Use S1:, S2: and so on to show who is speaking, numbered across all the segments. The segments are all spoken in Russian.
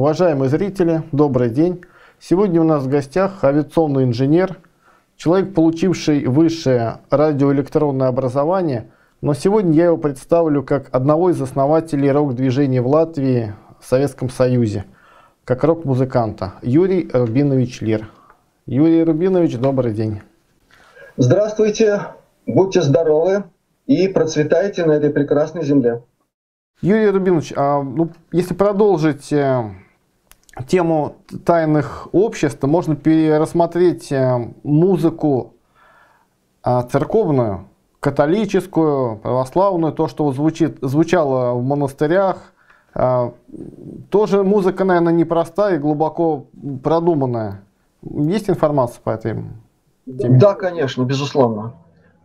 S1: Уважаемые зрители, добрый день. Сегодня у нас в гостях авиационный инженер, человек, получивший высшее радиоэлектронное образование, но сегодня я его представлю как одного из основателей рок-движения в Латвии, в Советском Союзе, как рок-музыканта, Юрий Рубинович Лир. Юрий Рубинович, добрый день.
S2: Здравствуйте, будьте здоровы и процветайте на этой прекрасной земле.
S1: Юрий Рубинович, если продолжить тему тайных обществ, можно перерассмотреть музыку церковную, католическую, православную, то, что звучало в монастырях. Тоже музыка, наверное, непростая и глубоко продуманная. Есть информация по этой теме?
S2: Да, конечно, безусловно.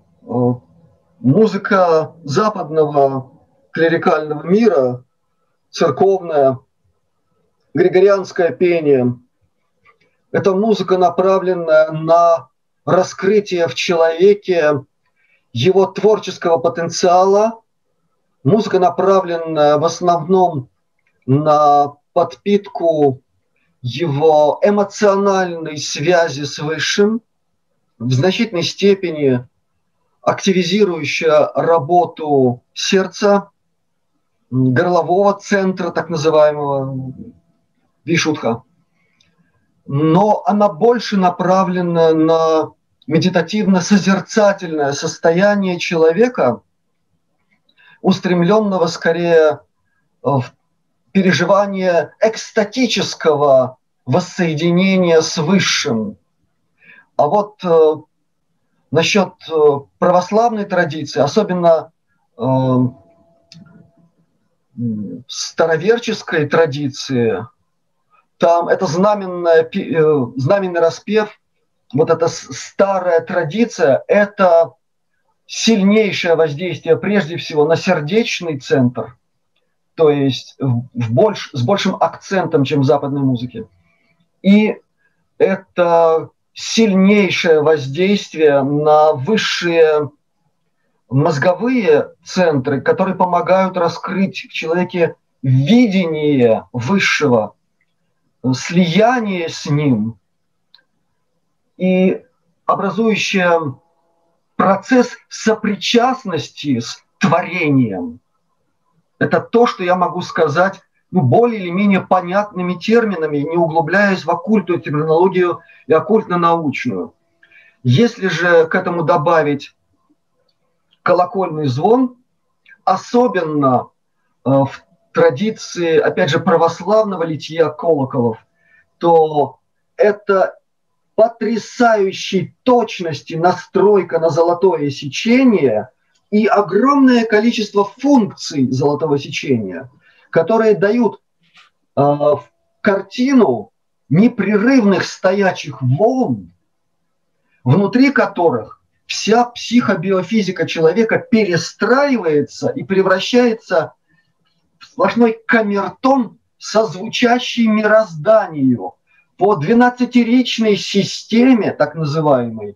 S2: Музыка западного клерикального мира, церковная, григорианское пение – это музыка, направленная на раскрытие в человеке его творческого потенциала, музыка, направленная в основном на подпитку его эмоциональной связи с Высшим, в значительной степени активизирующая работу сердца, горлового центра, так называемого, вишудха. Но она больше направлена на медитативно-созерцательное состояние человека, устремленного скорее в переживание экстатического воссоединения с Высшим. А вот насчет православной традиции, особенно староверческой традиции, там это знаменный распев, вот эта старая традиция, это сильнейшее воздействие прежде всего на сердечный центр, то есть с большим акцентом, чем в западной музыке. И это сильнейшее воздействие на высшие мозговые центры, которые помогают раскрыть в человеке видение Высшего, слияние с Ним и образующее процесс сопричастности с творением. Это то, что я могу сказать более или менее понятными терминами, не углубляясь в оккультную терминологию и оккультно-научную. Если же к этому добавить колокольный звон, особенно в традиции, опять же, православного литья колоколов, то это потрясающей точности настройка на золотое сечение и огромное количество функций золотого сечения, которые дают картину непрерывных стоячих волн, внутри которых вся психобиофизика человека перестраивается и превращается в сплошной камертон, созвучащий мирозданию по 12-ричной системе, так называемой,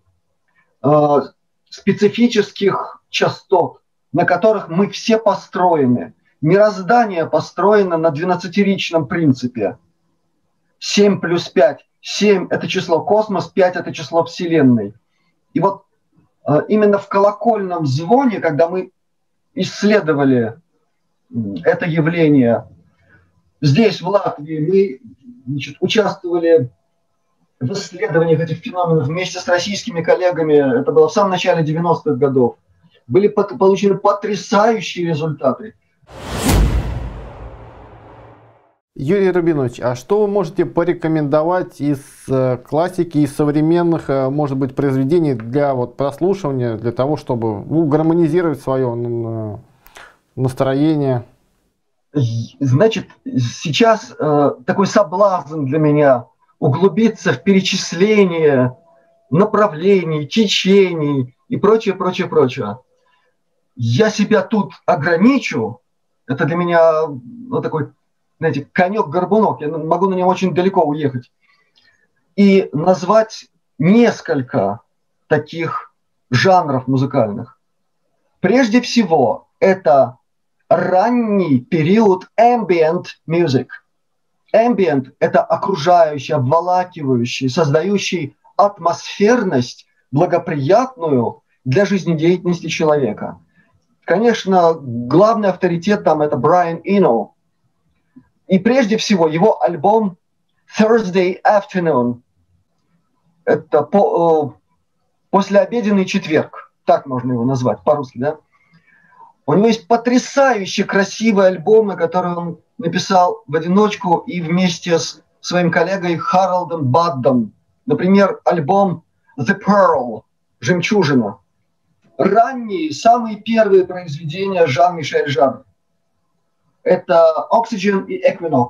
S2: специфических частот, на которых мы все построены. Мироздание построено на 12-ричном принципе. 7 плюс 5. 7 – это число космос, 5 – это число Вселенной. И вот именно в колокольном звоне, когда мы исследовали это явление, здесь, в Латвии, мы участвовали в исследованиях этих феноменов вместе с российскими коллегами, это было в самом начале 90-х годов, были получены потрясающие результаты.
S1: Юрий Рубинович, а что вы можете порекомендовать из классики, из современных, может быть, произведений для прослушивания, для того, чтобы гармонизировать свое настроение?
S2: Значит, сейчас такой соблазн для меня углубиться в перечисление направлений, течений и прочее, прочее, прочее. Я себя тут ограничу. Это для меня такой, знаете, конек-горбунок. Я могу на нем очень далеко уехать. И назвать несколько таких жанров музыкальных. Прежде всего, это ранний период ambient music. Ambient – это окружающий, обволакивающий, создающий атмосферность, благоприятную для жизнедеятельности человека. Конечно, главный авторитет там – это Брайан Ино. И прежде всего его альбом Thursday Afternoon – это послеобеденный четверг, так можно его назвать по-русски, да? У него есть потрясающе красивый альбом, на который он написал в одиночку и вместе с своим коллегой Харалдом Баддом. Например, альбом The Pearl – «Жемчужина». Ранние, самые первые произведения Жан-Мишель Жарр – это Oxygen и Equinox.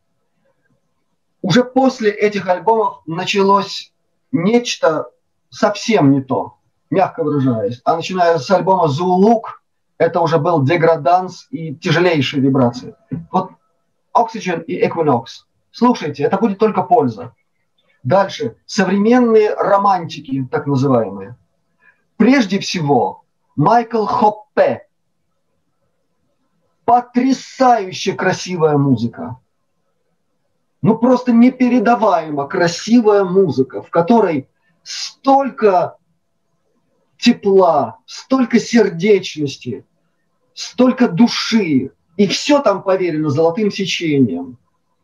S2: Уже после этих альбомов началось нечто совсем не то, мягко выражаясь. А начиная с альбома «Зулук», это уже был деграданс и тяжелейшие вибрации. Вот Oxygen и Equinox. Слушайте, это будет только польза. Дальше. Современные романтики, так называемые. Прежде всего, Майкл Хоппе. Потрясающе красивая музыка. Ну, просто непередаваемо красивая музыка, в которой столько тепла, столько сердечности, столько души. И все там поверено золотым сечением.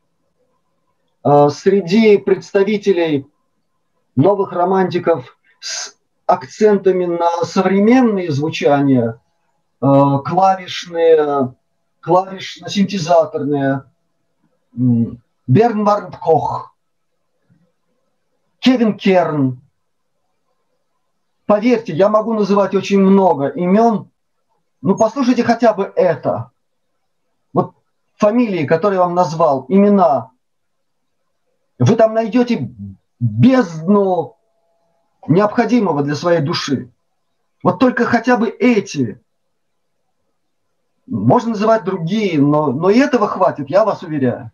S2: Среди представителей новых романтиков с акцентами на современные звучания, клавишно-синтезаторные, Бернвард Кох, Кевин Керн. Поверьте, я могу называть очень много имен, но послушайте хотя бы это. Вот фамилии, которые я вам назвал, имена. Вы там найдете бездну необходимого для своей души. Вот только хотя бы эти. Можно называть другие, но и этого хватит, я вас уверяю.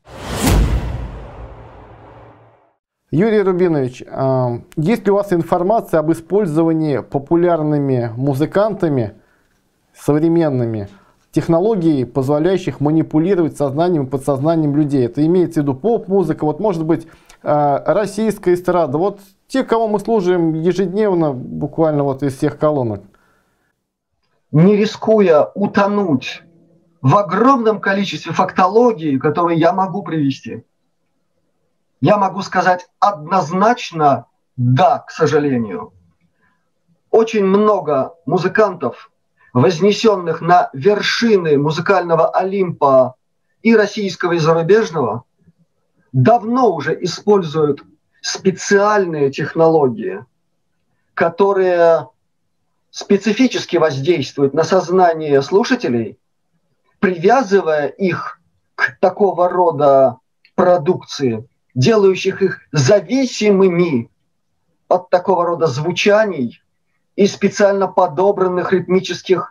S1: Юрий Рубинович, есть ли у вас информация об использовании популярными музыкантами современными технологий, позволяющих манипулировать сознанием и подсознанием людей? Это имеется в виду поп-музыка, вот может быть российская эстрада, вот те, кого мы слушаем ежедневно, буквально вот из всех колонок.
S2: Не рискуя утонуть в огромном количестве фактологии, которые я могу привести, я могу сказать однозначно да, к сожалению. Очень много музыкантов, вознесенных на вершины музыкального Олимпа и российского, и зарубежного, давно уже используют специальные технологии, которые специфически воздействуют на сознание слушателей, привязывая их к такого рода продукции, делающих их зависимыми от такого рода звучаний и специально подобранных ритмических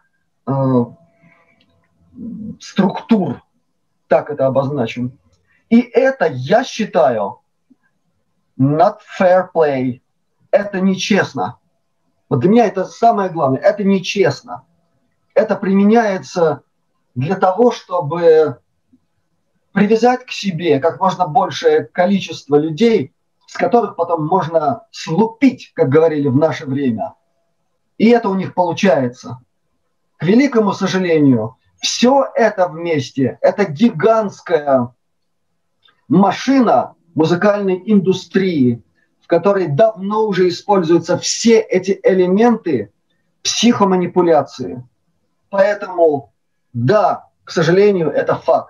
S2: структур, так это обозначим. И это, я считаю, not fair play. Это нечестно. Вот для меня это самое главное. Это нечестно. Это применяется для того, чтобы привязать к себе как можно большее количество людей, с которых потом можно слупить, как говорили в наше время. И это у них получается. К великому сожалению, все это вместе, это гигантская машина музыкальной индустрии, в которой давно уже используются все эти элементы психоманипуляции. Поэтому, да, к сожалению, это факт.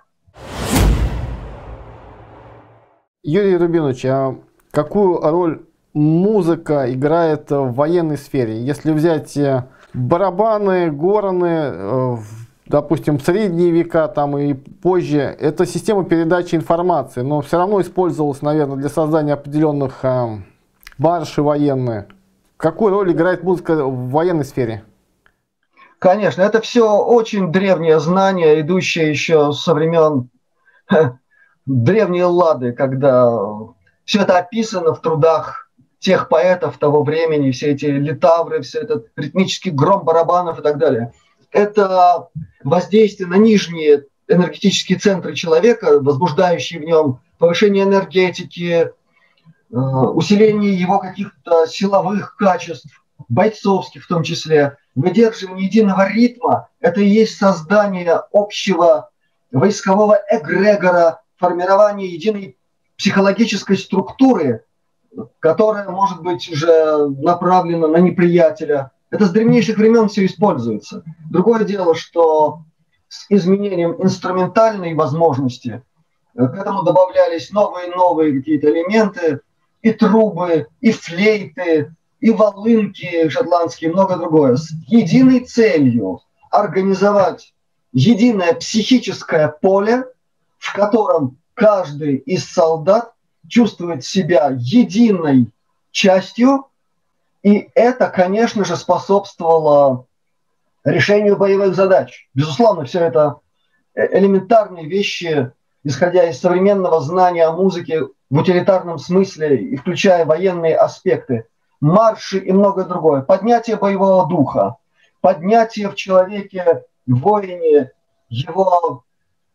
S1: Юрий Рубинович, а какую роль музыка играет в военной сфере? Если взять барабаны, гороны, допустим, в средние века там и позже, это система передачи информации, но все равно использовалась, наверное, для создания определенных маршей военных. Какую роль играет музыка в военной сфере?
S2: Конечно, это все очень древнее знание, идущее еще со времен древней Эллады, когда все это описано в трудах тех поэтов того времени, все эти литавры, все этот ритмический гром барабанов и так далее. Это воздействие на нижние энергетические центры человека, возбуждающие в нем повышение энергетики, усиление его каких-то силовых качеств, бойцовских в том числе, выдерживание единого ритма, это и есть создание общего войскового эгрегора, формирование единой психологической структуры, которая может быть уже направлена на неприятеля. Это с древнейших времен все используется. Другое дело, что с изменением инструментальной возможности к этому добавлялись новые и новые какие-то элементы, и трубы, и флейты, и волынки шотландские, и многое другое, с единой целью организовать единое психическое поле, в котором каждый из солдат чувствует себя единой частью, и это, конечно же, способствовало решению боевых задач. Безусловно, все это элементарные вещи, исходя из современного знания о музыке в утилитарном смысле и включая военные аспекты, марши и многое другое. Поднятие боевого духа, поднятие в человеке, в воине, его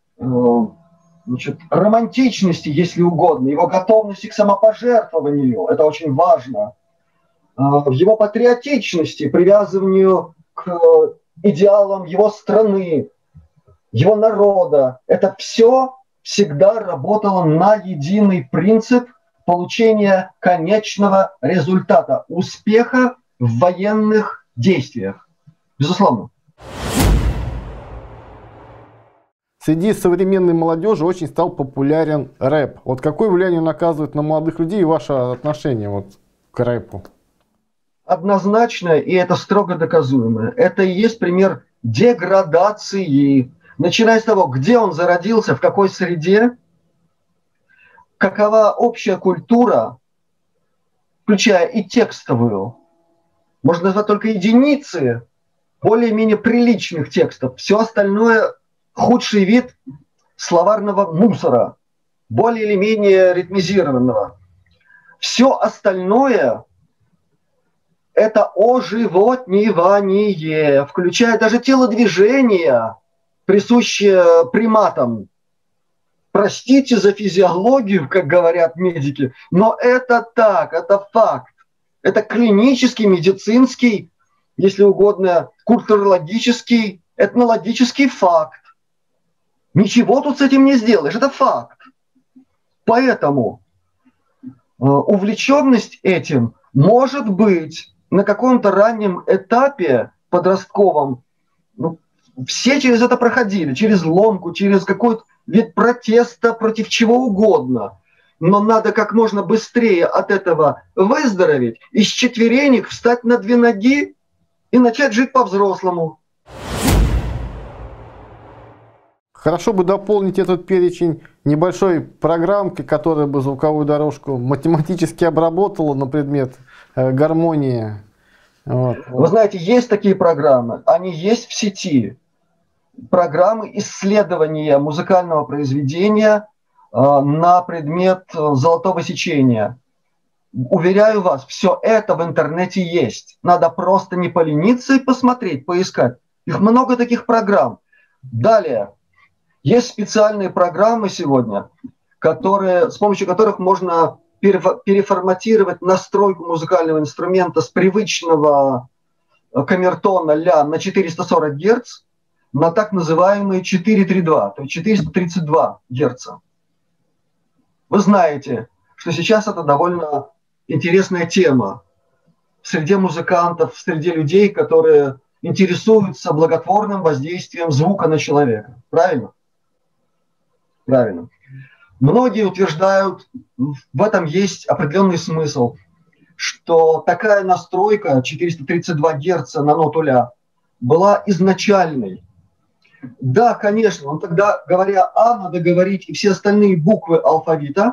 S2: романтичности, если угодно, его готовности к самопожертвованию, это очень важно, в его патриотичности, привязыванию к идеалам его страны, его народа. Это все всегда работало на единый принцип получения конечного результата, успеха в военных действиях. Безусловно.
S1: Среди современной молодежи очень стал популярен рэп. Вот какое влияние он оказывает на молодых людей и ваше отношение вот к рэпу?
S2: Однозначно, и это строго доказуемо. Это и есть пример деградации, начиная с того, где он зародился, в какой среде, какова общая культура, включая и текстовую. Можно назвать только единицы более-менее приличных текстов. Все остальное худший вид словарного мусора, более или менее ритмизированного. Все остальное – это оживотневание, включая даже телодвижения, присущие приматам. Простите за физиологию, как говорят медики, но это так, это факт. Это клинический, медицинский, если угодно, культурологический, этнологический факт. Ничего тут с этим не сделаешь, это факт. Поэтому увлеченность этим может быть на каком-то раннем этапе подростковом. Все через это проходили, через ломку, через какой-то вид протеста против чего угодно. Но надо как можно быстрее от этого выздороветь, из четверенек встать на 2 ноги и начать жить по-взрослому.
S1: Хорошо бы дополнить этот перечень небольшой программкой, которая бы звуковую дорожку математически обработала на предмет гармонии. Вот.
S2: Вы знаете, есть такие программы, они есть в сети. Программы исследования музыкального произведения на предмет золотого сечения. Уверяю вас, все это в интернете есть. Надо просто не полениться и посмотреть, поискать. Их много таких программ. Далее. Есть специальные программы сегодня, с помощью которых можно переформатировать настройку музыкального инструмента с привычного камертона ля на 440 Гц на так называемые 432, то есть 432 Гц. Вы знаете, что сейчас это довольно интересная тема в среде музыкантов, в среде людей, которые интересуются благотворным воздействием звука на человека. Правильно? Правильно. Многие утверждают, в этом есть определенный смысл, что такая настройка 432 Гц на ноту ля была изначальной. Да, конечно, но тогда, говоря А, надо говорить и все остальные буквы алфавита,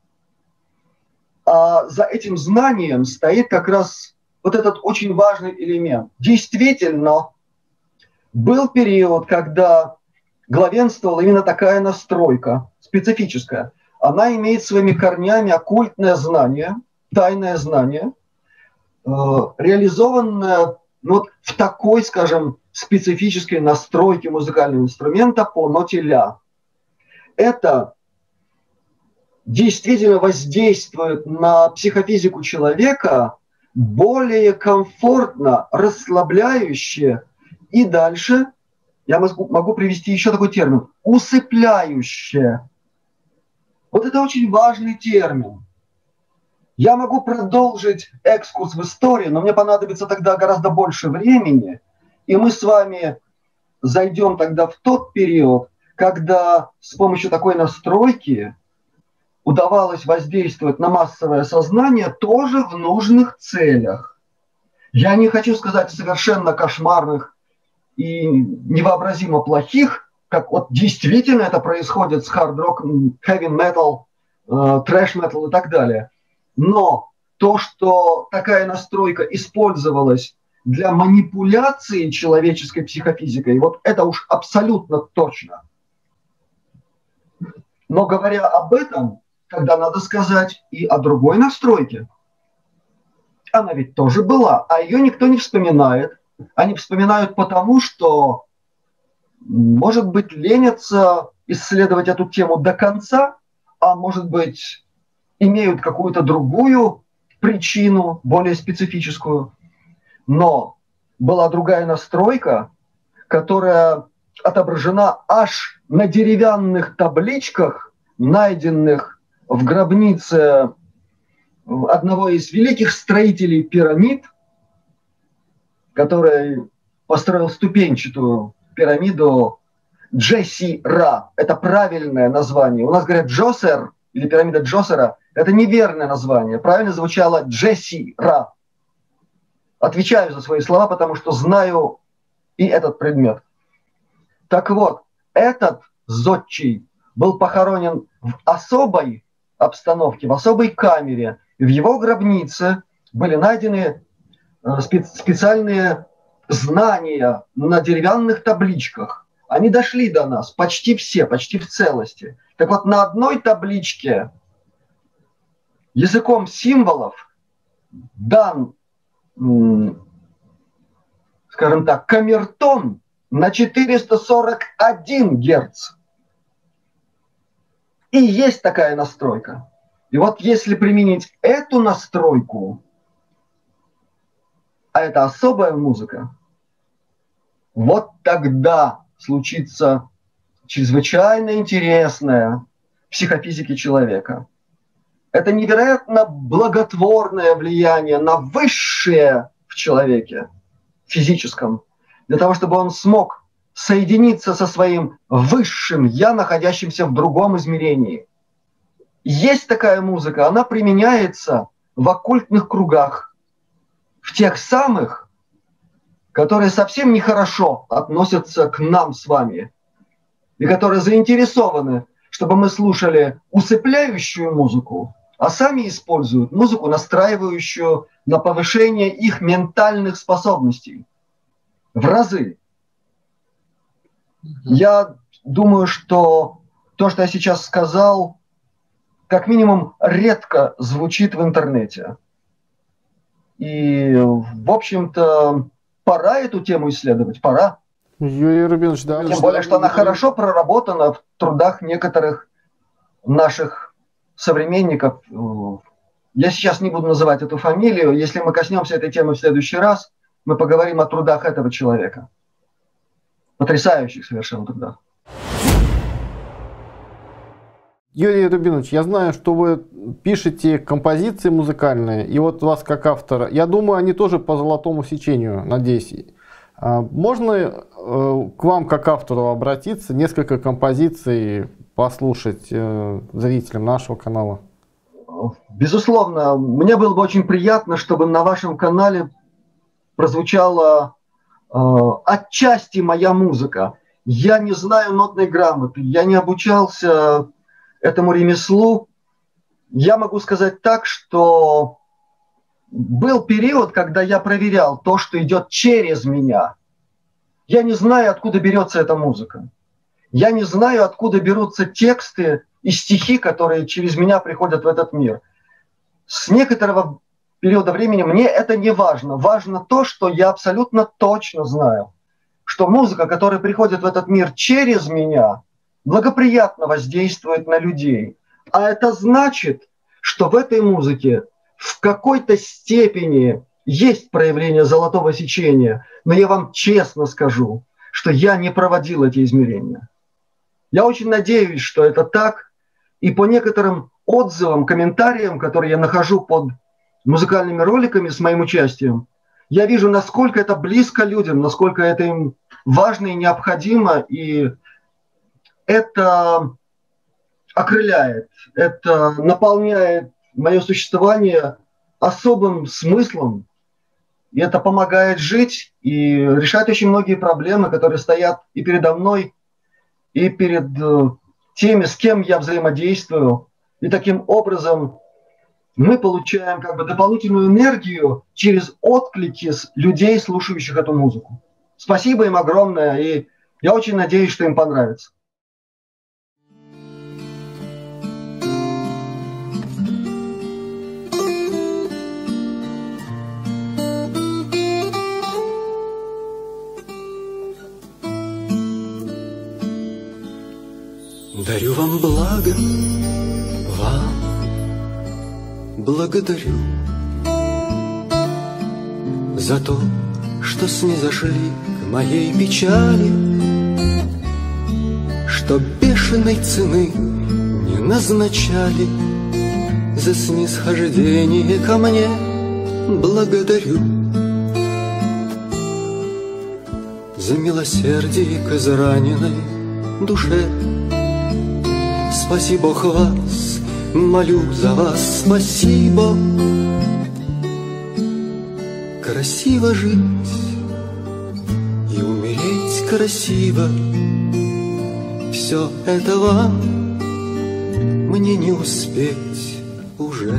S2: а за этим знанием стоит как раз вот этот очень важный элемент. Действительно, был период, когда главенствовала именно такая настройка, специфическая. Она имеет своими корнями оккультное знание, тайное знание, реализованное в такой, скажем, специфической настройки музыкального инструмента по ноте ля. Это действительно воздействует на психофизику человека более комфортно, расслабляюще. И дальше я могу привести еще такой термин – усыпляющее. Вот это очень важный термин. Я могу продолжить экскурс в историю, но мне понадобится тогда гораздо больше времени. И мы с вами зайдем тогда в тот период, когда с помощью такой настройки удавалось воздействовать на массовое сознание тоже в нужных целях. Я не хочу сказать совершенно кошмарных и невообразимо плохих, как вот действительно это происходит с хард-рок, хэви-метал, трэш-метал и так далее. Но то, что такая настройка использовалась для манипуляции человеческой психофизикой, вот это уж абсолютно точно. Но говоря об этом, тогда надо сказать и о другой настройке. Она ведь тоже была, а ее никто не вспоминает. Они вспоминают потому, что, может быть, ленятся исследовать эту тему до конца, а может быть, имеют какую-то другую причину, более специфическую. Но была другая настройка, которая отображена аж на деревянных табличках, найденных в гробнице одного из великих строителей пирамид, который построил ступенчатую пирамиду Джесси-Ра. Это правильное название. У нас говорят Джосер или пирамида Джосера. Это неверное название. Правильно звучало Джесси-Ра. Отвечаю за свои слова, потому что знаю и этот предмет. Так вот, этот зодчий был похоронен в особой обстановке, в особой камере. В его гробнице были найдены специальные знания на деревянных табличках. Они дошли до нас, почти все, почти в целости. Так вот, на одной табличке языком символов дан, скажем так, камертон на 441 Герц. И есть такая настройка. И вот если применить эту настройку, а это особая музыка, вот тогда случится чрезвычайно интересное в психофизике человека. Это невероятно благотворное влияние на высшее в человеке, физическом, для того, чтобы он смог соединиться со своим высшим «я», находящимся в другом измерении. Есть такая музыка, она применяется в оккультных кругах, в тех самых, которые совсем нехорошо относятся к нам с вами, и которые заинтересованы, чтобы мы слушали усыпляющую музыку, а сами используют музыку, настраивающую на повышение их ментальных способностей в разы. Я думаю, что то, что я сейчас сказал, как минимум редко звучит в интернете. И, в общем-то, пора эту тему исследовать, пора.
S1: Юрий Рубинович, да.
S2: Тем более, что она хорошо проработана в трудах некоторых наших современников. Я сейчас не буду называть эту фамилию. Если мы коснемся этой темы в следующий раз, мы поговорим о трудах этого человека. Потрясающих совершенно трудах.
S1: Юрий Рубинович, я знаю, что вы пишете композиции музыкальные, и вот вас как автора, я думаю, они тоже по золотому сечению, надеюсь. Можно к вам как автору обратиться, несколько композиций послушать зрителям нашего канала?
S2: Безусловно, мне было бы очень приятно, чтобы на вашем канале прозвучала отчасти моя музыка. Я не знаю нотной грамоты, я не обучался этому ремеслу. Я могу сказать так, что был период, когда я проверял то, что идет через меня. Я не знаю, откуда берется эта музыка. Я не знаю, откуда берутся тексты и стихи, которые через меня приходят в этот мир. С некоторого периода времени мне это не важно. Важно то, что я абсолютно точно знаю. что музыка, которая приходит в этот мир через меня, благоприятно воздействует на людей. А это значит, что в этой музыке в какой-то степени есть проявление золотого сечения, но я вам честно скажу, что я не проводил эти измерения. Я очень надеюсь, что это так, и по некоторым отзывам, комментариям, которые я нахожу под музыкальными роликами с моим участием, я вижу, насколько это близко людям, насколько это им важно и необходимо, и это окрыляет, это наполняет мое существование особым смыслом, и это помогает жить и решать очень многие проблемы, которые стоят и передо мной, и перед теми, с кем я взаимодействую. И таким образом мы получаем как бы дополнительную энергию через отклики с людей, слушающих эту музыку. Спасибо им огромное, и я очень надеюсь, что им понравится.
S3: Дарю вам благо, вам благодарю за то, что снизошли к моей печали, что бешеной цены не назначали за снисхождение ко мне. Благодарю за милосердие к израненной душе. Спаси Бог вас, молю за вас, спасибо. Красиво жить и умереть красиво, все это вам мне не успеть уже.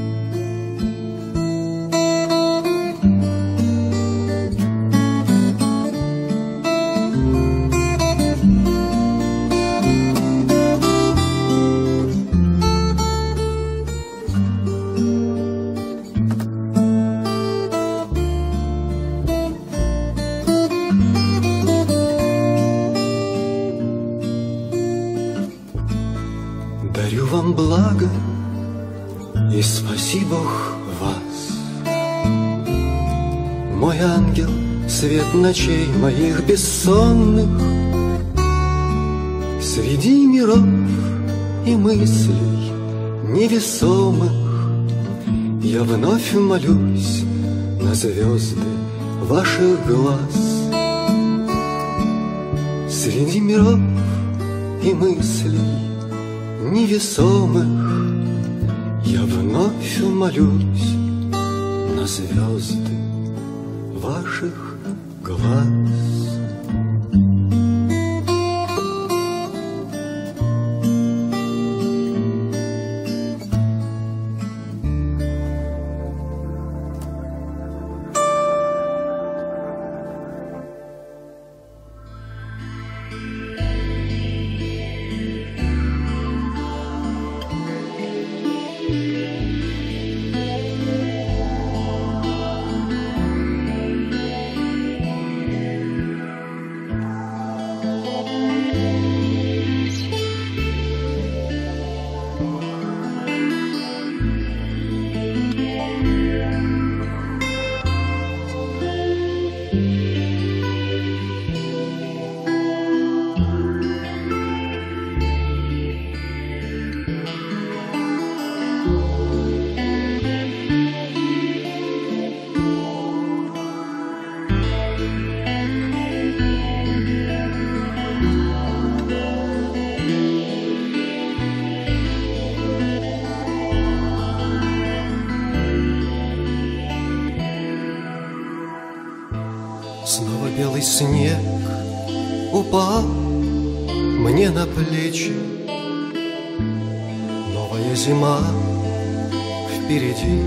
S3: Дарю вам благо и спаси Бог вас, мой ангел, свет ночей моих бессонных. Среди миров и мыслей невесомых я вновь молюсь на звезды ваших глаз. Среди миров и мыслей невесомых я вновь молюсь на звезды ваших глаз. Снова белый снег упал мне на плечи. Новая зима впереди.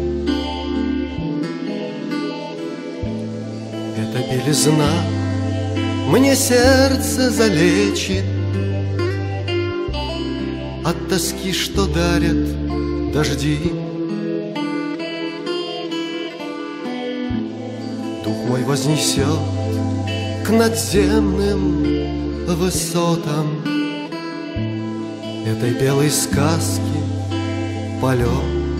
S3: Эта белизна мне сердце залечит от тоски, что дарят дожди. Дух мой вознесет к надземным высотам этой белой сказки полет.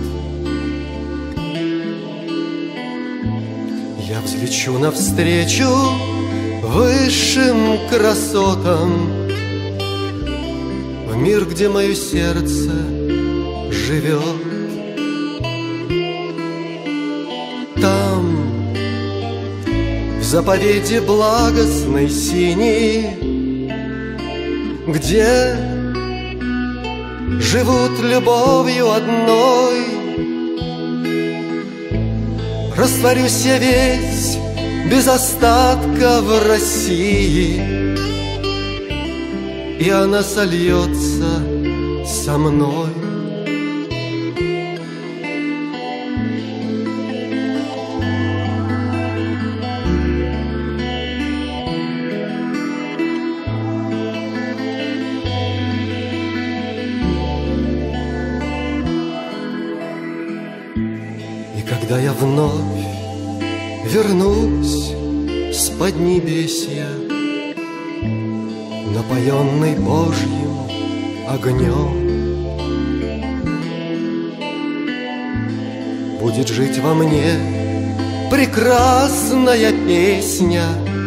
S3: Я взлечу навстречу высшим красотам в мир, где мое сердце живет. Там, в заповеди благостной синей, где живут любовью одной, растворюсь я весь без остатка в России, и она сольется со мной. Когда я вновь вернусь с поднебесья, напоенный Божьим огнем, будет жить во мне прекрасная песня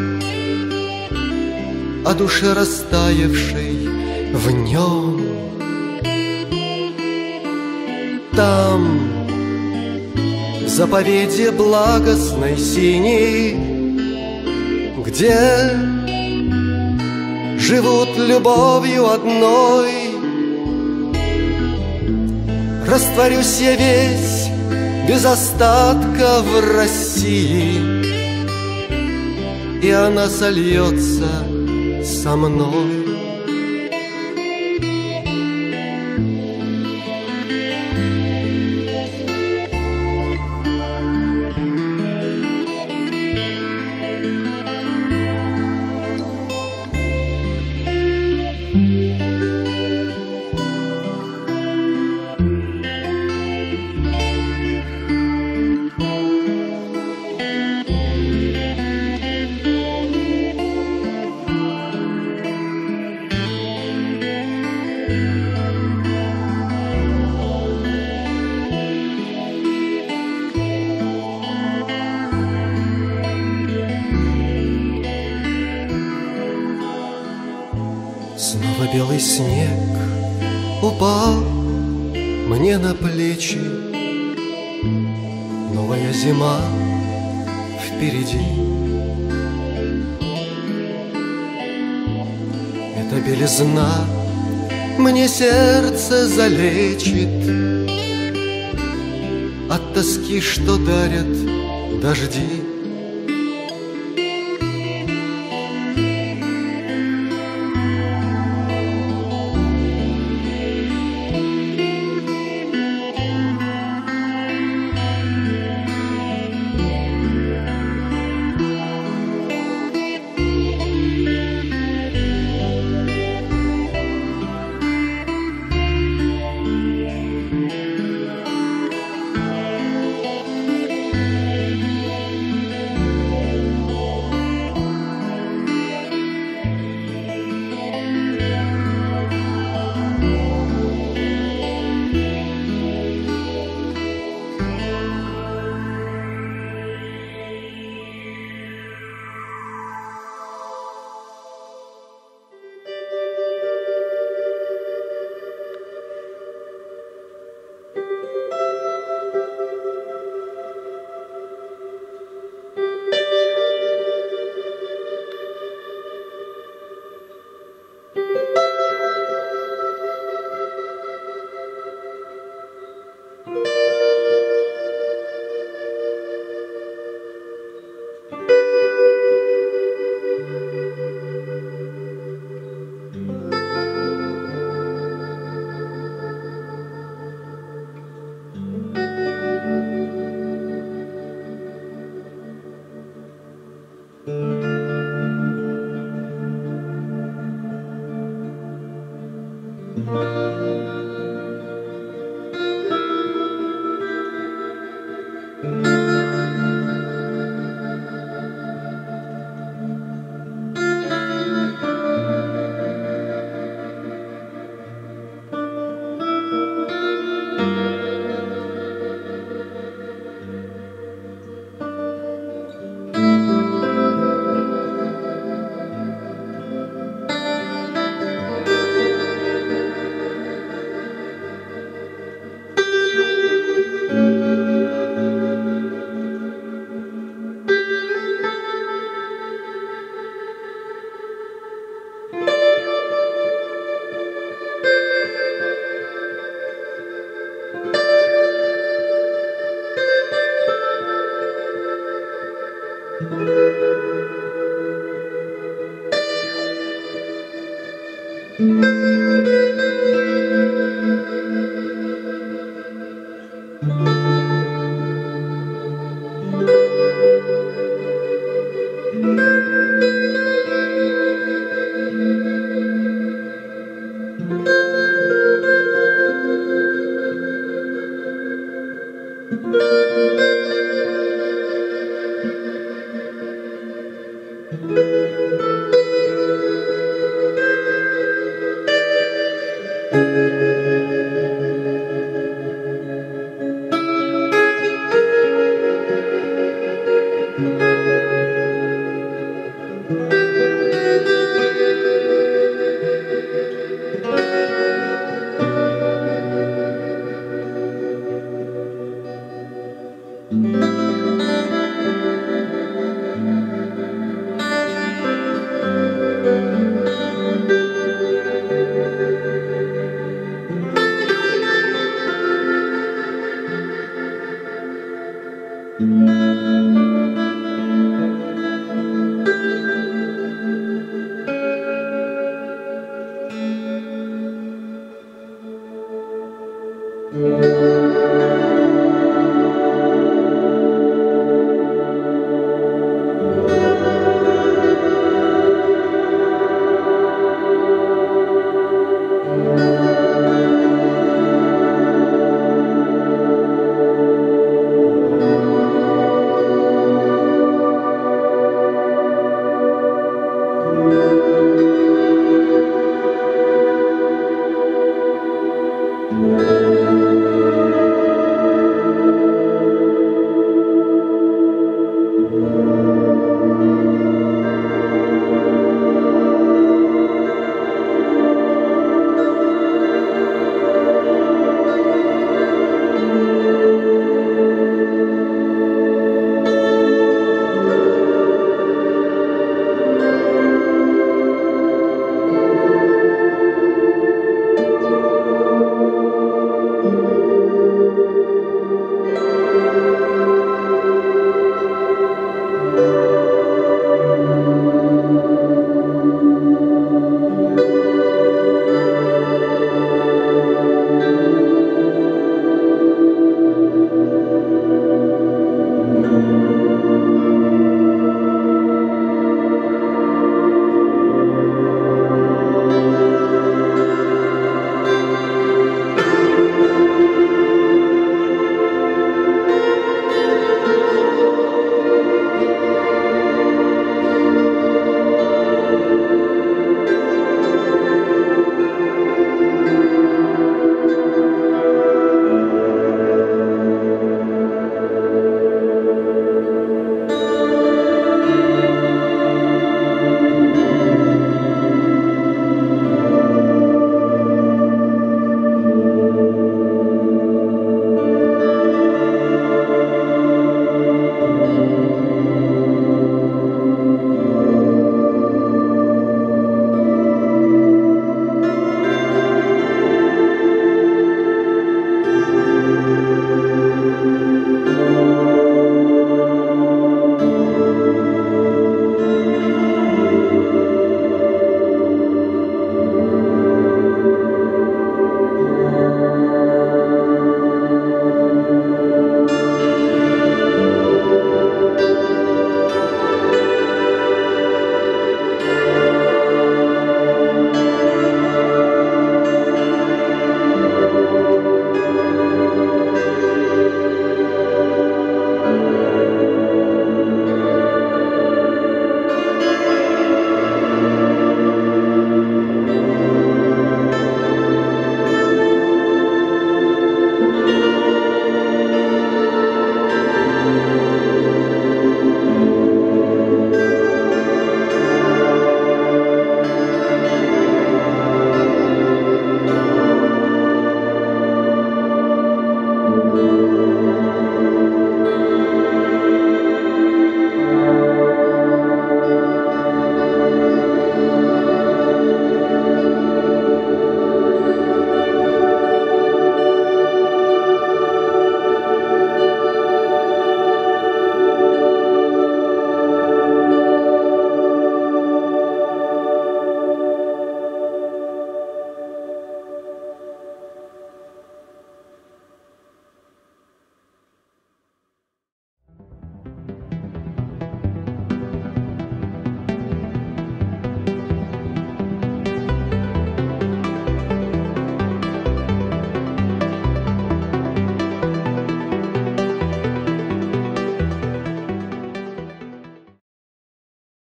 S3: о душе, растаявшей в нем. Там, в заповеди благостной синей, где живут любовью одной, растворюсь я весь без остатка в России, и она сольется со мной. Снова белый снег упал мне на плечи, новая зима впереди. Эта белизна мне сердце залечит от тоски, что дарят дожди.
S4: Thank